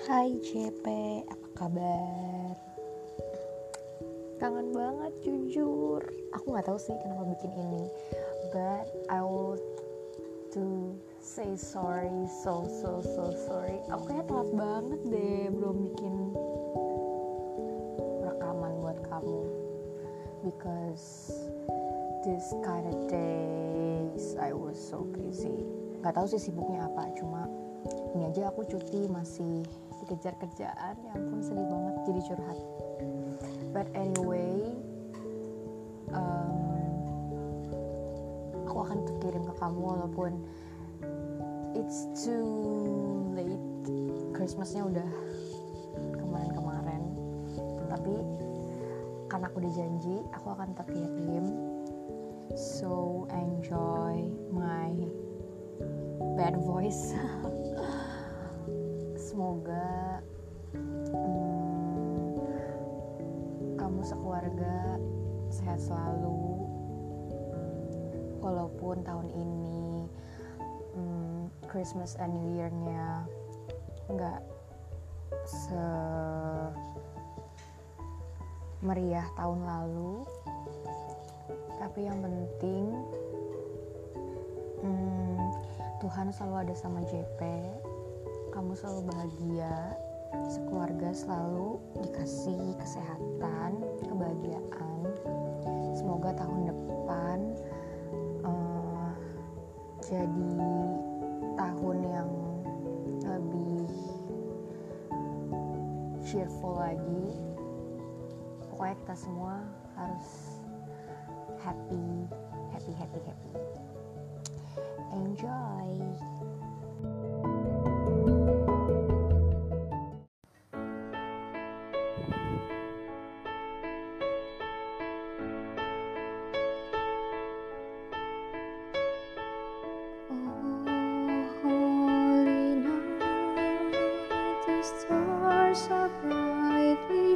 Hai JP, apa kabar? Kangen banget jujur. Aku gak tahu sih kenapa bikin ini, but I want to say sorry, so sorry. Aku kayak telat banget deh belum bikin rekaman buat kamu, because this kind of days I was so busy. Gak tahu sih sibuknya apa, cuma ini aja aku cuti masih dikejar kerjaan. Ya ampun, sedih banget jadi curhat. But anyway, aku akan kirim ke kamu walaupun it's too late. Christmasnya udah kemarin, tapi karena aku udah janji aku akan tetap kirim. So enjoy my bad voice. Semoga kamu sekeluarga sehat selalu, walaupun tahun ini Christmas and New Year-nya nggak semeriah tahun lalu, tapi yang penting Tuhan selalu ada sama JP. Kamu selalu bahagia, sekeluarga selalu dikasih kesehatan, kebahagiaan. Semoga tahun depan jadi tahun yang lebih cheerful lagi. Pokoknya kita semua harus happy. Enjoy. Stars are brightly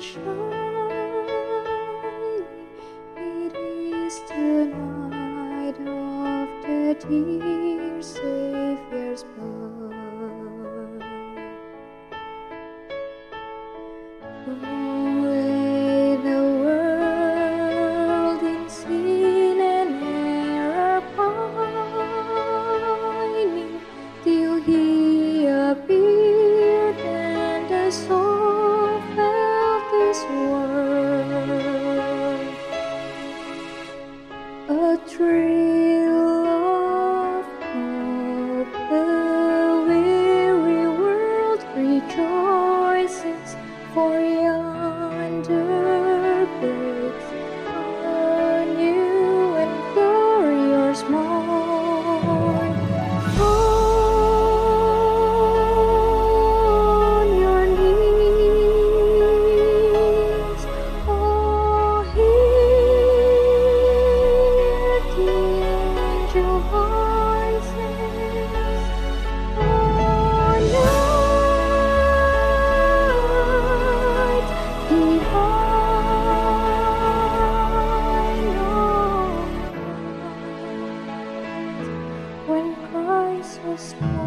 shining. It is the night of the dear Savior's birth. Away the world in sin and error pining, till He appeared. The soul felt this world, a thrill of hope. The weary world rejoices, for yonder breaks a new and glorious morn. When Christ was